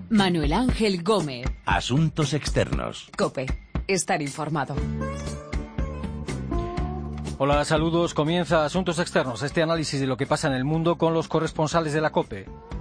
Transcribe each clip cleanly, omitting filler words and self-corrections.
Manuel Ángel Gómez. Asuntos externos. COPE. Estar informado. Hola, saludos. Comienza Asuntos Externos, este análisis de lo que pasa en el mundo con los corresponsales de la COPE.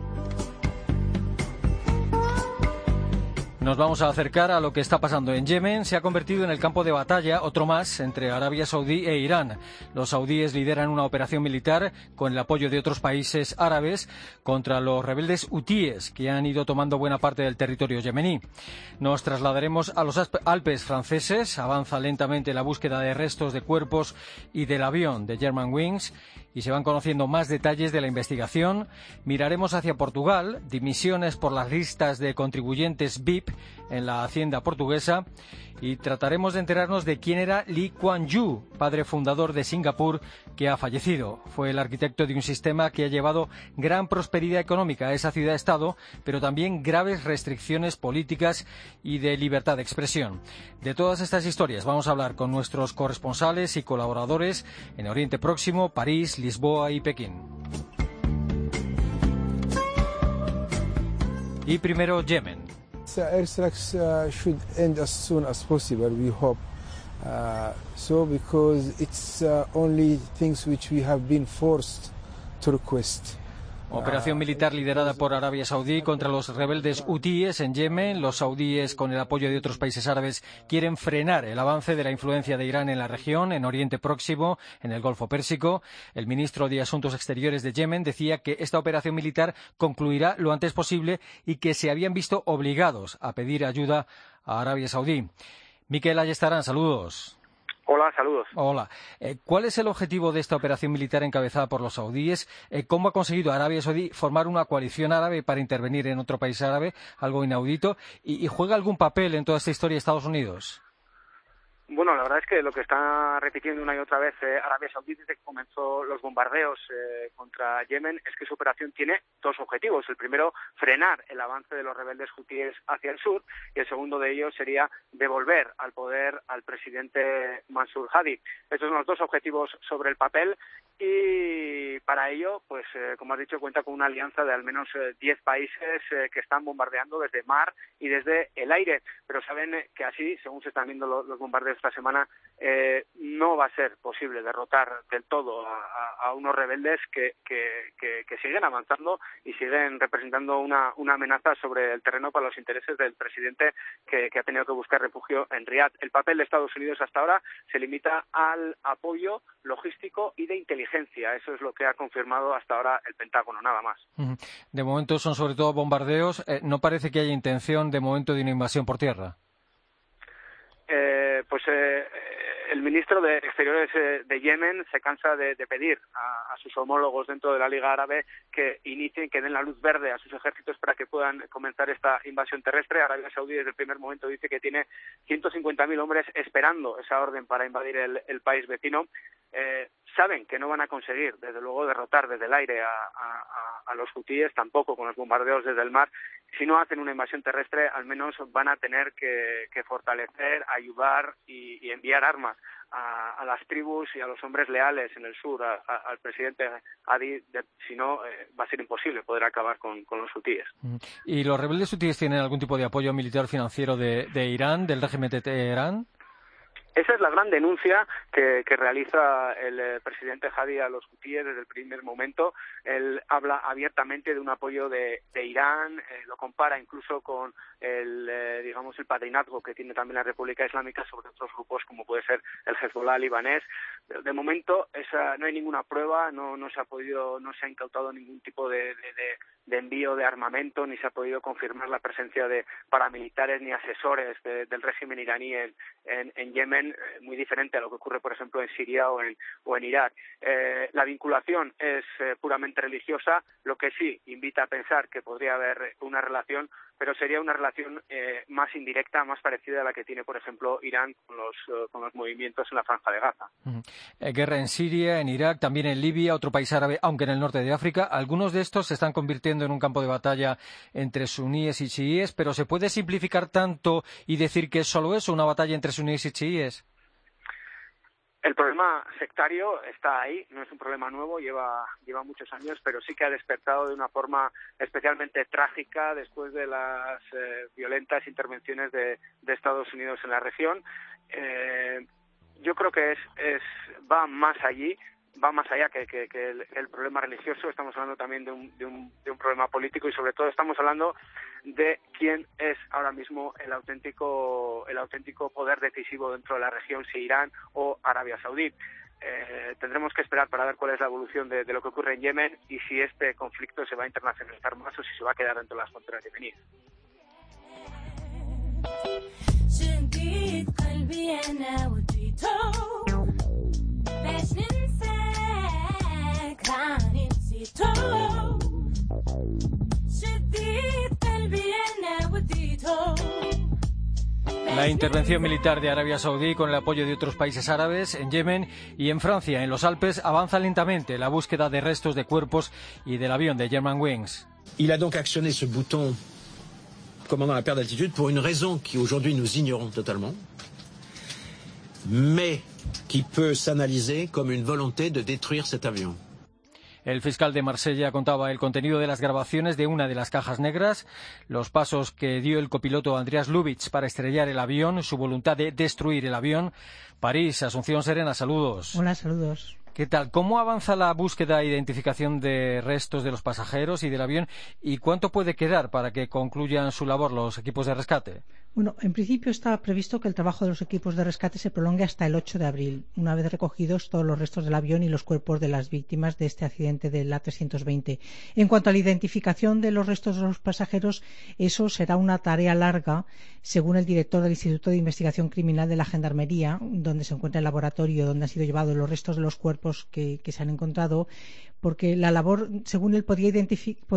Nos vamos a acercar a lo que está pasando en Yemen. Se ha convertido en el campo de batalla, otro más, entre Arabia Saudí e Irán. Los saudíes lideran una operación militar con el apoyo de otros países árabes contra los rebeldes hutíes que han ido tomando buena parte del territorio yemení. Nos trasladaremos a los Alpes franceses. Avanza lentamente la búsqueda de restos de cuerpos y del avión de Germanwings y se van conociendo más detalles de la investigación. Miraremos hacia Portugal, dimisiones por las listas de contribuyentes VIP en la hacienda portuguesa, y trataremos de enterarnos de quién era Lee Kuan Yew, padre fundador de Singapur, que ha fallecido. Fue el arquitecto de un sistema que ha llevado gran prosperidad económica a esa ciudad-estado, pero también graves restricciones políticas y de libertad de expresión. De todas estas historias vamos a hablar con nuestros corresponsales y colaboradores en Oriente Próximo, París, Lisboa y Pekín. Y primero, Yemen. Airstrikes should end as soon as possible, we hope. Because it's only things which we have been forced to request. Operación militar liderada por Arabia Saudí contra los rebeldes hutíes en Yemen. Los saudíes, con el apoyo de otros países árabes, quieren frenar el avance de la influencia de Irán en la región, en Oriente Próximo, en el Golfo Pérsico. El ministro de Asuntos Exteriores de Yemen decía que esta operación militar concluirá lo antes posible y que se habían visto obligados a pedir ayuda a Arabia Saudí. Miquel Ayestarán, saludos. Hola, saludos. Hola. ¿Cuál es el objetivo de esta operación militar encabezada por los saudíes? ¿Cómo ha conseguido Arabia Saudí formar una coalición árabe para intervenir en otro país árabe? Algo inaudito. ¿Y juega algún papel en toda esta historia Estados Unidos? Bueno, la verdad es que lo que está repitiendo una y otra vez Arabia Saudí desde que comenzó los bombardeos contra Yemen es que su operación tiene dos objetivos. El primero, frenar el avance de los rebeldes hutíes hacia el sur, y el segundo de ellos sería devolver al poder al presidente Mansur Hadi. Estos son los dos objetivos sobre el papel, y para ello, pues como has dicho, cuenta con una alianza de al menos 10 países que están bombardeando desde mar y desde el aire. Pero saben que así, según se están viendo los bombardeos esta semana, no va a ser posible derrotar del todo a unos rebeldes que siguen avanzando y siguen representando una amenaza sobre el terreno para los intereses del presidente que ha tenido que buscar refugio en Riad. El papel de Estados Unidos hasta ahora se limita al apoyo logístico y de inteligencia. Eso es lo que ha confirmado hasta ahora el Pentágono, nada más. De momento son sobre todo bombardeos. No parece que haya intención de momento de una invasión por tierra. El ministro de Exteriores de Yemen se cansa de pedir a sus homólogos dentro de la Liga Árabe que inicien, que den la luz verde a sus ejércitos para que puedan comenzar esta invasión terrestre. Arabia Saudí desde el primer momento dice que tiene 150.000 hombres esperando esa orden para invadir el país vecino. Saben que no van a conseguir, desde luego, derrotar desde el aire a los hutíes, tampoco con los bombardeos desde el mar. Si no hacen una invasión terrestre, al menos van a tener que fortalecer, ayudar y enviar armas a las tribus y a los hombres leales en el sur, al presidente Hadi. Si no, va a ser imposible poder acabar con los hutíes. ¿Y los rebeldes hutíes tienen algún tipo de apoyo militar financiero de Irán, del régimen de Teherán? Esa es la gran denuncia que realiza el presidente Hadi a los hutíes desde el primer momento. Él habla abiertamente de un apoyo de Irán, lo compara incluso con el padrinazgo que tiene también la República Islámica sobre otros grupos como puede ser el Hezbollah libanés. De momento no hay ninguna prueba, no se ha incautado ningún tipo de envío de armamento, ni se ha podido confirmar la presencia de paramilitares ni asesores del régimen iraní en Yemen, muy diferente a lo que ocurre, por ejemplo, en Siria o en Irak. La vinculación es puramente religiosa, lo que sí invita a pensar que podría haber una relación, pero sería una relación más indirecta, más parecida a la que tiene, por ejemplo, Irán con los movimientos en la Franja de Gaza. Guerra en Siria, en Irak, también en Libia, otro país árabe, aunque en el norte de África. Algunos de estos se están convirtiendo en un campo de batalla entre suníes y chiíes, pero ¿se puede simplificar tanto y decir que es solo eso, una batalla entre suníes y chiíes? El problema sectario está ahí, no es un problema nuevo, lleva muchos años, pero sí que ha despertado de una forma especialmente trágica después de las violentas intervenciones de Estados Unidos en la región. Yo creo que va más allá que el problema religioso. Estamos hablando también de un problema político y sobre todo estamos hablando de quién es ahora mismo el auténtico poder decisivo dentro de la región, si Irán o Arabia Saudí. Tendremos que esperar para ver cuál es la evolución de lo que ocurre en Yemen y si este conflicto se va a internacionalizar más o si se va a quedar dentro de las fronteras yemeníes. La intervención militar de Arabia Saudí con el apoyo de otros países árabes en Yemen y en Francia, en los Alpes, avanza lentamente la búsqueda de restos de cuerpos y del avión de Germanwings. Il a donc actionné ce bouton commandant la perte d'altitude pour une raison qui aujourd'hui nous ignorons totalement, mais qui peut s'analyser comme une volonté de détruire cet avion. El fiscal de Marsella contaba el contenido de las grabaciones de una de las cajas negras, los pasos que dio el copiloto Andreas Lubitz para estrellar el avión, su voluntad de destruir el avión. París, Asunción Serena, saludos. Hola, saludos. ¿Qué tal? ¿Cómo avanza la búsqueda e identificación de restos de los pasajeros y del avión? ¿Y cuánto puede quedar para que concluyan su labor los equipos de rescate? Bueno, en principio está previsto que el trabajo de los equipos de rescate se prolongue hasta el 8 de abril, una vez recogidos todos los restos del avión y los cuerpos de las víctimas de este accidente del A320. En cuanto a la identificación de los restos de los pasajeros, eso será una tarea larga, según el director del Instituto de Investigación Criminal de la Gendarmería, donde se encuentra el laboratorio donde han sido llevados los restos de los cuerpos que se han encontrado, porque la labor, según él, de identificación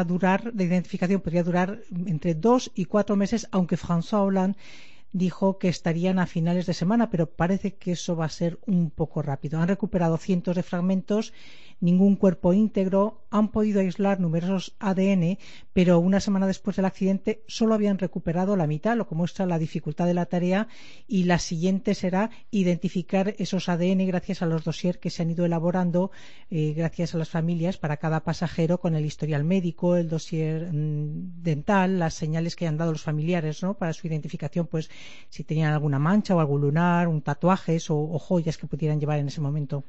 podría durar entre 2 y 4 meses, aunque François Hollande dijo que estarían a finales de semana, pero parece que eso va a ser un poco rápido. Han recuperado cientos de fragmentos, ningún cuerpo íntegro, han podido aislar numerosos ADN, pero una semana después del accidente solo habían recuperado la mitad, lo que muestra la dificultad de la tarea, y la siguiente será identificar esos ADN gracias a los dossiers que se han ido elaborando, gracias a las familias, para cada pasajero, con el historial médico, el dossier dental, las señales que han dado los familiares, ¿no?, para su identificación, pues si tenían alguna mancha o algún lunar, tatuajes o joyas que pudieran llevar en ese momento.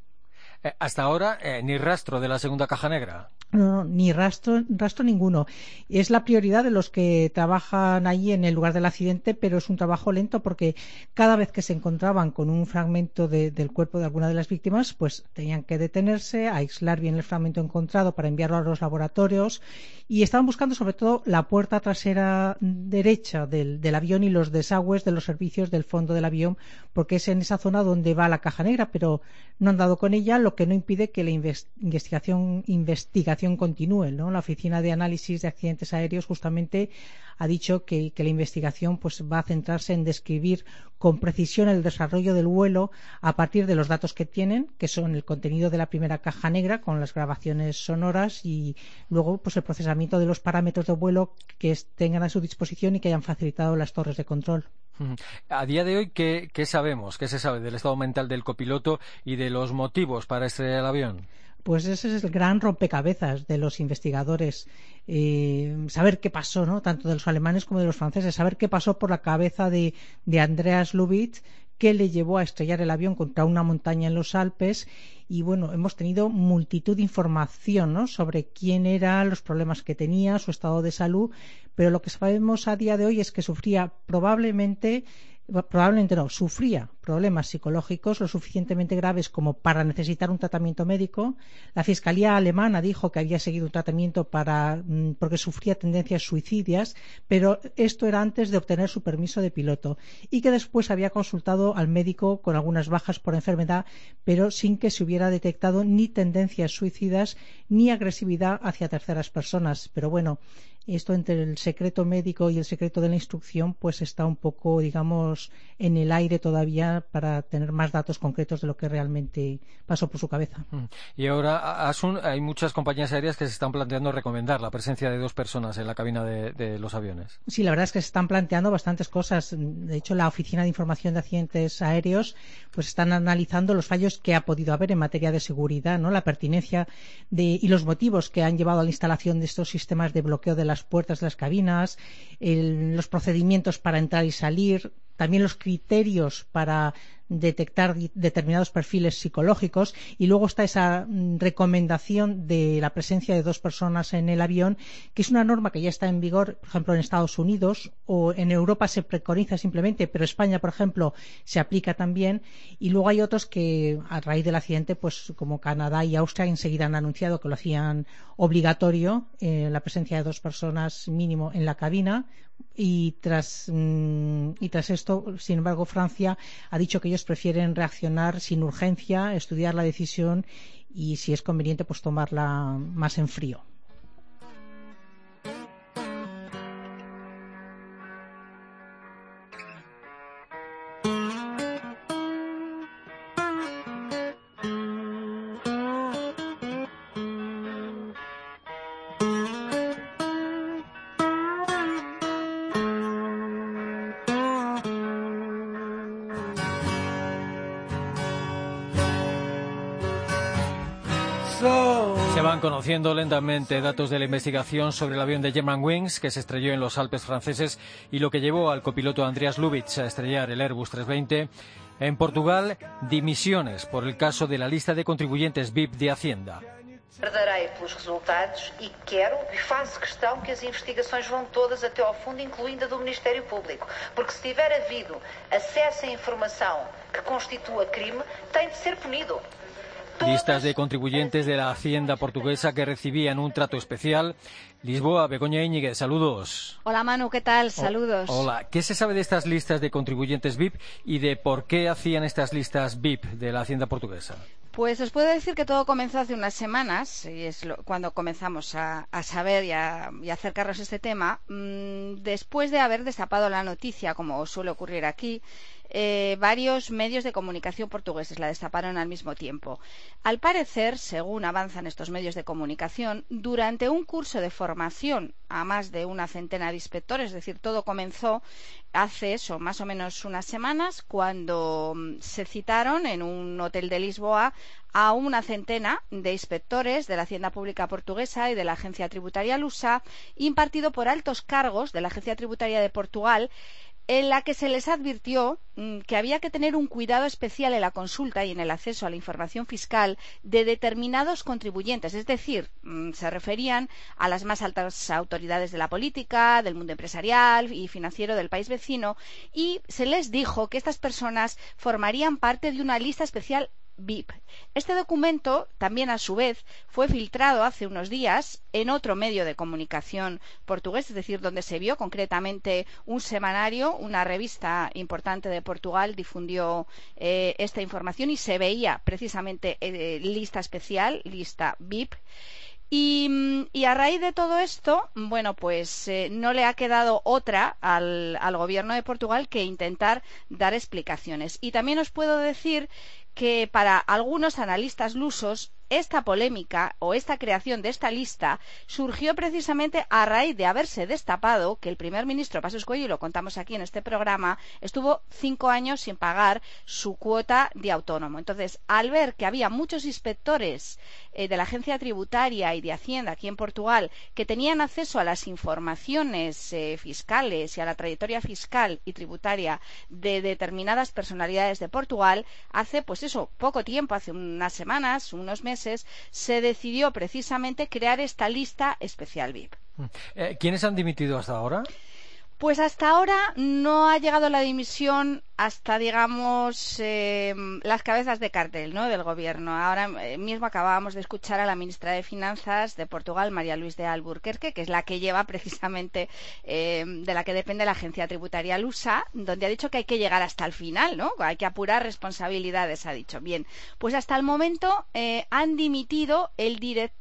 Hasta ahora, ni rastro de la segunda caja negra. No, ni rastro ninguno. Es la prioridad de los que trabajan allí en el lugar del accidente, pero es un trabajo lento porque cada vez que se encontraban con un fragmento del cuerpo de alguna de las víctimas, pues tenían que detenerse, aislar bien el fragmento encontrado para enviarlo a los laboratorios, y estaban buscando sobre todo la puerta trasera derecha del avión y los desagües de los servicios del fondo del avión, porque es en esa zona donde va la caja negra, pero no han dado con ella, lo que no impide que la investigación continúe, ¿no? La Oficina de Análisis de Accidentes Aéreos justamente ha dicho que la investigación pues va a centrarse en describir con precisión el desarrollo del vuelo a partir de los datos que tienen, que son el contenido de la primera caja negra con las grabaciones sonoras, y luego pues el procesamiento de los parámetros de vuelo que tengan a su disposición y que hayan facilitado las torres de control. A día de hoy, ¿qué sabemos? ¿Qué se sabe del estado mental del copiloto y de los motivos para estrellar el avión? Pues ese es el gran rompecabezas de los investigadores, saber qué pasó, ¿no?, tanto de los alemanes como de los franceses, saber qué pasó por la cabeza de Andreas Lubitz, qué le llevó a estrellar el avión contra una montaña en los Alpes. Y bueno, hemos tenido multitud de información, ¿no?, sobre quién era, los problemas que tenía, su estado de salud, pero lo que sabemos a día de hoy es que sufría sufría problemas psicológicos lo suficientemente graves como para necesitar un tratamiento médico. La Fiscalía alemana dijo que había seguido un tratamiento porque sufría tendencias suicidas, pero esto era antes de obtener su permiso de piloto, y que después había consultado al médico con algunas bajas por enfermedad, pero sin que se hubiera detectado ni tendencias suicidas ni agresividad hacia terceras personas. Pero bueno, esto entre el secreto médico y el secreto de la instrucción pues está un poco, digamos, en el aire todavía para tener más datos concretos de lo que realmente pasó por su cabeza. Y ahora, Asun, hay muchas compañías aéreas que se están planteando recomendar la presencia de 2 personas en la cabina de los aviones. Sí, la verdad es que se están planteando bastantes cosas. De hecho, la Oficina de Información de Accidentes Aéreos pues están analizando los fallos que ha podido haber en materia de seguridad, ¿no? La pertinencia y los motivos que han llevado a la instalación de estos sistemas de bloqueo de las puertas de las cabinas, los procedimientos para entrar y salir, también los criterios para detectar determinados perfiles psicológicos, y luego está esa recomendación de la presencia de 2 personas en el avión, que es una norma que ya está en vigor, por ejemplo, en Estados Unidos, o en Europa se preconiza simplemente, pero España, por ejemplo, se aplica también, y luego hay otros que a raíz del accidente, pues como Canadá y Austria enseguida han anunciado que lo hacían obligatorio, la presencia de 2 personas mínimo en la cabina, y tras esto, sin embargo, Francia ha dicho que ellos prefieren reaccionar sin urgencia, estudiar la decisión y, si es conveniente, pues tomarla más en frío. Se van conociendo lentamente datos de la investigación sobre el avión de Germanwings que se estrelló en los Alpes franceses y lo que llevó al copiloto Andreas Lubitz a estrellar el Airbus 320. En Portugal, dimisiones por el caso de la lista de contribuyentes VIP de Hacienda. Perderei pelos resultados e quero e faço questão que as investigações vão todas até ao fundo, incluindo a do Ministério Público, porque se tiver havido acesso a informação que constitua crime, tem de ser punido. Listas de contribuyentes de la Hacienda portuguesa que recibían un trato especial. Lisboa, Begoña Íñiguez, saludos. Hola Manu, ¿qué tal? Saludos. Hola, ¿qué se sabe de estas listas de contribuyentes VIP y de por qué hacían estas listas VIP de la Hacienda portuguesa? Pues os puedo decir que todo comenzó hace unas semanas, y es cuando comenzamos a saber y a acercarnos a este tema, después de haber destapado la noticia, como suele ocurrir aquí. Varios medios de comunicación portugueses la destaparon al mismo tiempo. Al parecer, según avanzan estos medios de comunicación, durante un curso de formación a más de una centena de inspectores, es decir, todo comenzó hace eso, más o menos unas semanas, cuando se citaron en un hotel de Lisboa a una centena de inspectores de la Hacienda Pública Portuguesa y de la Agencia Tributaria Lusa, impartido por altos cargos de la Agencia Tributaria de Portugal, en la que se les advirtió que había que tener un cuidado especial en la consulta y en el acceso a la información fiscal de determinados contribuyentes, es decir, se referían a las más altas autoridades de la política, del mundo empresarial y financiero del país vecino, y se les dijo que estas personas formarían parte de una lista especial VIP. Este documento también, a su vez, fue filtrado hace unos días en otro medio de comunicación portugués, es decir, donde se vio concretamente un semanario, una revista importante de Portugal difundió esta información y se veía precisamente lista especial, lista VIP. Y a raíz de todo esto, bueno, pues no le ha quedado otra al gobierno de Portugal que intentar dar explicaciones. Y también os puedo decir que para algunos analistas lusos esta polémica o esta creación de esta lista surgió precisamente a raíz de haberse destapado que el primer ministro Passos Coelho, y lo contamos aquí en este programa, estuvo 5 años sin pagar su cuota de autónomo. Entonces, al ver que había muchos inspectores de la agencia tributaria y de Hacienda aquí en Portugal que tenían acceso a las informaciones fiscales y a la trayectoria fiscal y tributaria de determinadas personalidades de Portugal, hace pues eso, poco tiempo, hace unas semanas, unos meses, se decidió precisamente crear esta lista especial VIP. ¿Quiénes han dimitido hasta ahora? Pues hasta ahora no ha llegado la dimisión hasta, digamos, las cabezas de cartel, ¿no?, del gobierno. Ahora mismo acabábamos de escuchar a la ministra de Finanzas de Portugal, María Luís de Albuquerque, que es la que lleva precisamente, de la que depende la agencia tributaria Lusa, donde ha dicho que hay que llegar hasta el final, ¿no? Hay que apurar responsabilidades, ha dicho. Bien, pues hasta el momento han dimitido el director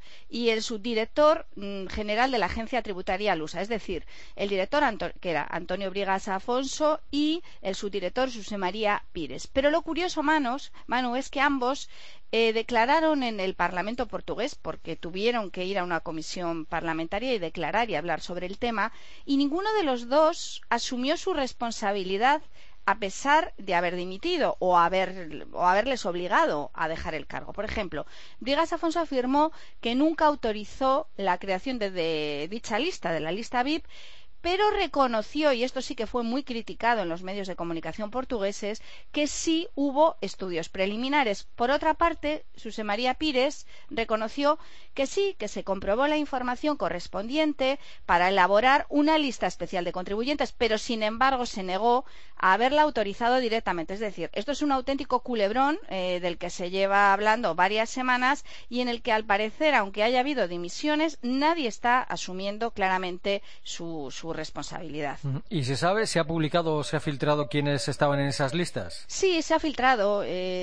y el subdirector general de la Agencia Tributaria Lusa, es decir, el director que era Antonio Brigas Afonso y el subdirector José María Pires. Pero lo curioso, Manu, es que ambos declararon en el Parlamento portugués, porque tuvieron que ir a una comisión parlamentaria y declarar y hablar sobre el tema, y ninguno de los dos asumió su responsabilidad a pesar de haber dimitido o haberles obligado a dejar el cargo. Por ejemplo, Brigas Afonso afirmó que nunca autorizó la creación de dicha lista, de la lista VIP, pero reconoció, y esto sí que fue muy criticado en los medios de comunicación portugueses, que sí hubo estudios preliminares. Por otra parte, José María Pires reconoció que sí, que se comprobó la información correspondiente para elaborar una lista especial de contribuyentes, pero sin embargo se negó a haberla autorizado directamente. Es decir, esto es un auténtico culebrón del que se lleva hablando varias semanas y en el que, al parecer, aunque haya habido dimisiones, nadie está asumiendo claramente su responsabilidad. ¿Y se sabe, se ha publicado o se ha filtrado quiénes estaban en esas listas? Sí, se ha filtrado.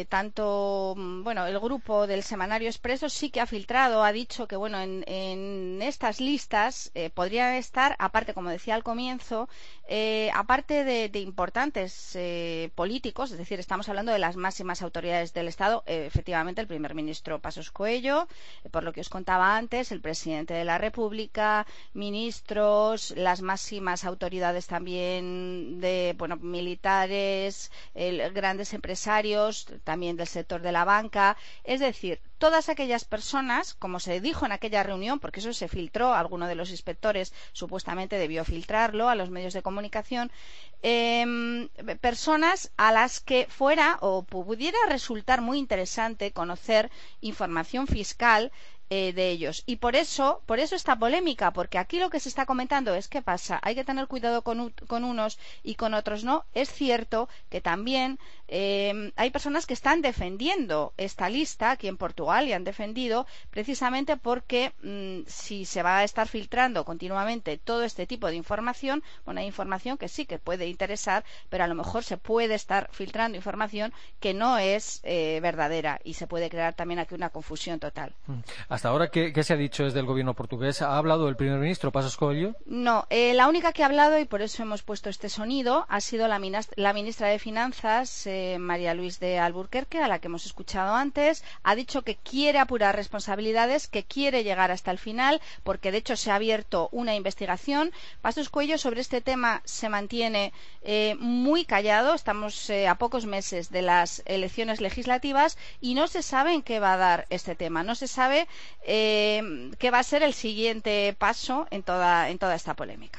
El grupo del Semanario Expreso sí que ha filtrado, ha dicho que en estas listas podrían estar, aparte, como decía al comienzo, aparte de importantes políticos, es decir, estamos hablando de las máximas autoridades del Estado, efectivamente el primer ministro Passos Coelho, por lo que os contaba antes, el presidente de la República, ministros, las máximas autoridades también de militares, grandes empresarios, también del sector de la banca, es decir, todas aquellas personas, como se dijo en aquella reunión, porque eso se filtró, alguno de los inspectores supuestamente debió filtrarlo a los medios de comunicación, personas a las que fuera o pudiera resultar muy interesante conocer información fiscal de ellos. Y por eso esta polémica, porque aquí lo que se está comentando es ¿qué pasa? Hay que tener cuidado con unos y con otros no. Es cierto que también hay personas que están defendiendo esta lista aquí en Portugal y han defendido precisamente porque si se va a estar filtrando continuamente todo este tipo de información, hay información que sí que puede interesar, pero a lo mejor se puede estar filtrando información que no es verdadera y se puede crear también aquí una confusión total. Hasta ahora, ¿qué se ha dicho desde el gobierno portugués? ¿Ha hablado el primer ministro, Passos Coelho? No, la única que ha hablado, y por eso hemos puesto este sonido, ha sido la ministra de Finanzas, María Luís de Albuquerque, a la que hemos escuchado antes. Ha dicho que quiere apurar responsabilidades, que quiere llegar hasta el final, porque de hecho se ha abierto una investigación. Passos Coelho sobre este tema se mantiene muy callado. Estamos a pocos meses de las elecciones legislativas y no se sabe en qué va a dar este tema. No se sabe qué va a ser el siguiente paso en toda esta polémica.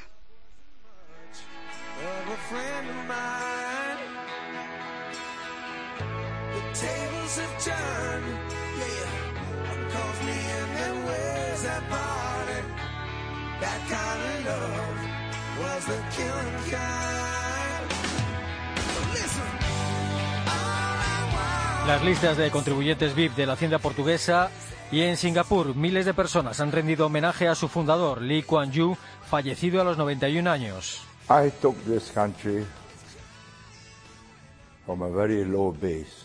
Las listas de contribuyentes VIP de la Hacienda portuguesa. Y en Singapur, miles de personas han rendido homenaje a su fundador, Lee Kuan Yew, fallecido a los 91 años. I took this country from a very low base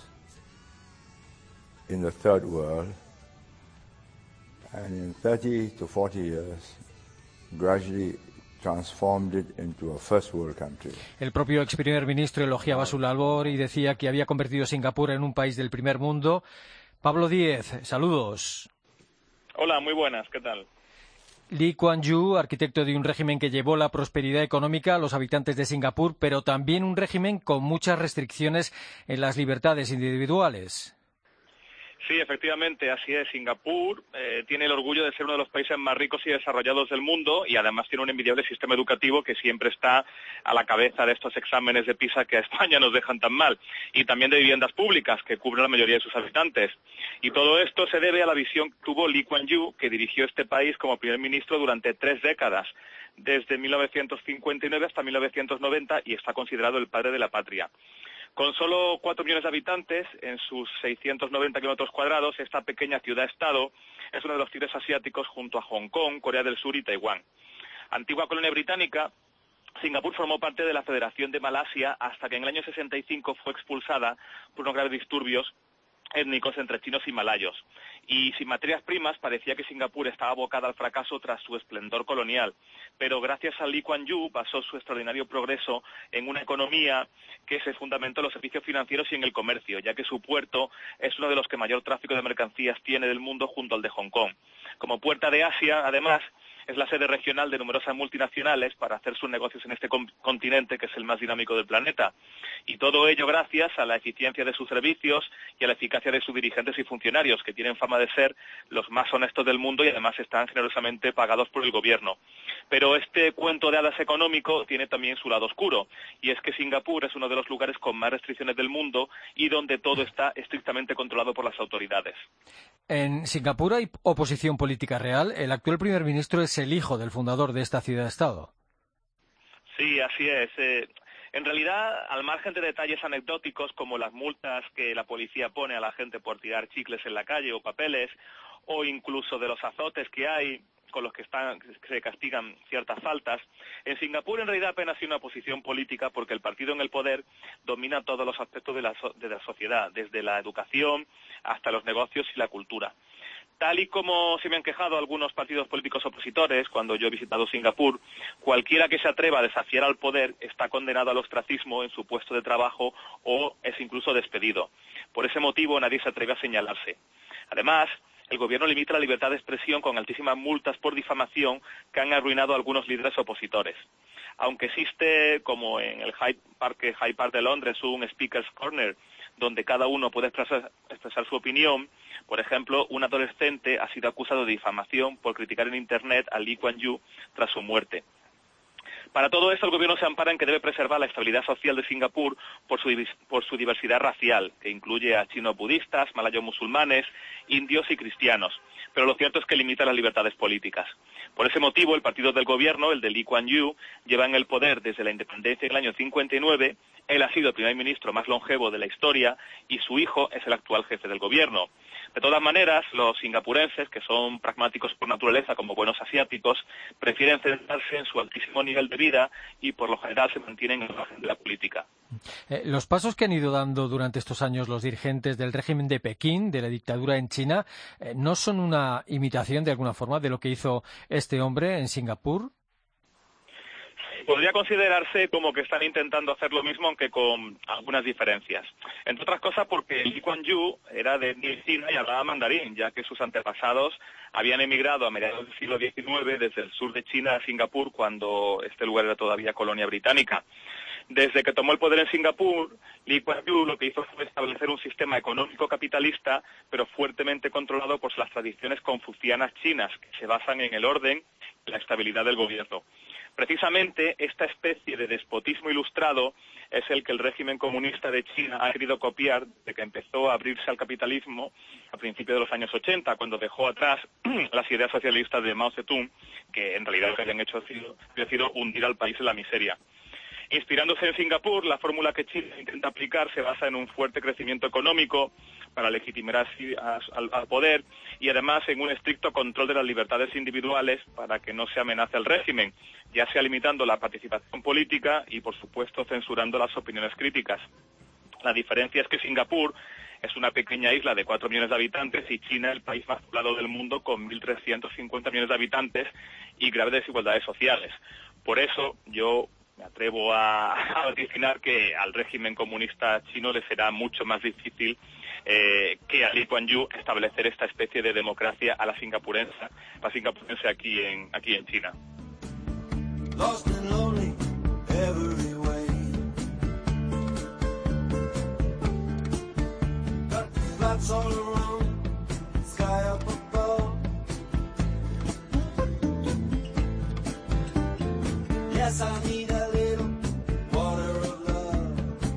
in the third world, and in 30 to 40 years, gradually transformed it into a first world country. El propio ex primer ministro elogiaba su labor y decía que había convertido Singapur en un país del primer mundo. Pablo Díez, saludos. Hola, muy buenas, ¿qué tal? Lee Kuan Yew, arquitecto de un régimen que llevó la prosperidad económica a los habitantes de Singapur, pero también un régimen con muchas restricciones en las libertades individuales. Sí, efectivamente, así es. Singapur tiene el orgullo de ser uno de los países más ricos y desarrollados del mundo y además tiene un envidiable sistema educativo que siempre está a la cabeza de estos exámenes de PISA que a España nos dejan tan mal, y también de viviendas públicas que cubren la mayoría de sus habitantes. Y todo esto se debe a la visión que tuvo Lee Kuan Yew, que dirigió este país como primer ministro durante 3 décadas, desde 1959 hasta 1990, y está considerado el padre de la patria. Con solo 4 millones de habitantes, en sus 690 kilómetros cuadrados, esta pequeña ciudad-estado es uno de los tigres asiáticos junto a Hong Kong, Corea del Sur y Taiwán. Antigua colonia británica, Singapur formó parte de la Federación de Malasia hasta que en el año 65 fue expulsada por unos graves disturbios étnicos entre chinos y malayos. Y sin materias primas parecía que Singapur estaba abocada al fracaso tras su esplendor colonial. Pero gracias a Lee Kuan Yew basó su extraordinario progreso en una economía que se fundamentó en los servicios financieros y en el comercio, ya que su puerto es uno de los que mayor tráfico de mercancías tiene del mundo junto al de Hong Kong. Como puerta de Asia, además, es la sede regional de numerosas multinacionales para hacer sus negocios en este continente, que es el más dinámico del planeta. Y todo ello gracias a la eficiencia de sus servicios y a la eficacia de sus dirigentes y funcionarios, que tienen fama de ser los más honestos del mundo y además están generosamente pagados por el gobierno. Pero este cuento de hadas económico tiene también su lado oscuro, y es que Singapur es uno de los lugares con más restricciones del mundo y donde todo está estrictamente controlado por las autoridades. En Singapur hay oposición política real. El actual primer ministro es el hijo del fundador de esta ciudad-estado. Sí, así es. En realidad, al margen de detalles anecdóticos como las multas que la policía pone a la gente por tirar chicles en la calle o papeles, o incluso de los azotes que hay con los que se castigan ciertas faltas, en Singapur en realidad apenas hay una oposición política porque el partido en el poder domina todos los aspectos de la sociedad, desde la educación hasta los negocios y la cultura. Tal y como se me han quejado algunos partidos políticos opositores cuando yo he visitado Singapur, cualquiera que se atreva a desafiar al poder está condenado al ostracismo en su puesto de trabajo o es incluso despedido. Por ese motivo nadie se atreve a señalarse. Además, el gobierno limita la libertad de expresión con altísimas multas por difamación que han arruinado a algunos líderes opositores. Aunque existe, como en el Hyde Park de Londres, un Speaker's Corner, donde cada uno puede expresar su opinión, por ejemplo, un adolescente ha sido acusado de difamación por criticar en Internet a Lee Kuan Yew tras su muerte. Para todo esto, el gobierno se ampara en que debe preservar la estabilidad social de Singapur por su diversidad racial, que incluye a chinos budistas, malayos musulmanes, indios y cristianos. Pero lo cierto es que limita las libertades políticas. Por ese motivo, el partido del gobierno, el de Lee Kuan Yew, lleva en el poder desde la independencia en el año 59. Él ha sido el primer ministro más longevo de la historia y su hijo es el actual jefe del gobierno. De todas maneras, los singapurenses, que son pragmáticos por naturaleza como buenos asiáticos, prefieren centrarse en su altísimo nivel de vida y por lo general se mantienen en la margen de la política. Los pasos que han ido dando durante estos años los dirigentes del régimen de Pekín, de la dictadura en China, ¿no son una imitación de alguna forma de lo que hizo este hombre en Singapur? Podría considerarse como que están intentando hacer lo mismo, aunque con algunas diferencias. Entre otras cosas porque Lee Kuan Yew era de China y hablaba mandarín, ya que sus antepasados habían emigrado a mediados del siglo XIX desde el sur de China a Singapur, cuando este lugar era todavía colonia británica. Desde que tomó el poder en Singapur, Lee Kuan Yew lo que hizo fue establecer un sistema económico capitalista, pero fuertemente controlado por las tradiciones confucianas chinas, que se basan en el orden y la estabilidad del gobierno. Precisamente esta especie de despotismo ilustrado es el que el régimen comunista de China ha querido copiar desde que empezó a abrirse al capitalismo a principios de los años 80, cuando dejó atrás las ideas socialistas de Mao Zedong, que en realidad lo que habían hecho ha sido hundir al país en la miseria. Inspirándose en Singapur, la fórmula que China intenta aplicar se basa en un fuerte crecimiento económico para legitimar al poder y además en un estricto control de las libertades individuales para que no se amenace el régimen, ya sea limitando la participación política y, por supuesto, censurando las opiniones críticas. La diferencia es que Singapur es una pequeña isla de 4 millones de habitantes y China el país más poblado del mundo con 1.350 millones de habitantes y graves desigualdades sociales. Por eso yo me atrevo a vaticinar que al régimen comunista chino le será mucho más difícil que a Lee Kuan Yew establecer esta especie de democracia a la singapurense aquí en China. Lost and lonely every way. Got flats all around, sky up above. Yes, I need a little water of love.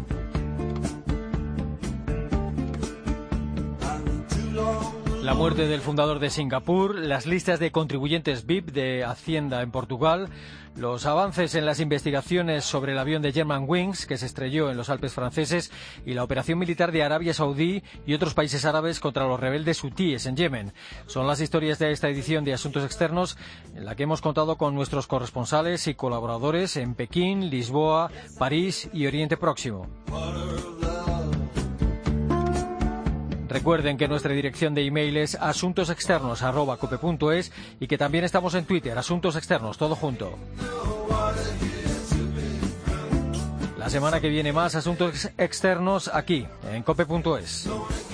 I need too long. La muerte del fundador de Singapur, las listas de contribuyentes VIP de Hacienda en Portugal, los avances en las investigaciones sobre el avión de Germanwings que se estrelló en los Alpes franceses y la operación militar de Arabia Saudí y otros países árabes contra los rebeldes hutíes en Yemen. Son las historias de esta edición de Asuntos Externos en la que hemos contado con nuestros corresponsales y colaboradores en Pekín, Lisboa, París y Oriente Próximo. Recuerden que nuestra dirección de email es asuntosexternos@cope.es y que también estamos en Twitter, Asuntos Externos, todo junto. La semana que viene más Asuntos Externos aquí, en cope.es.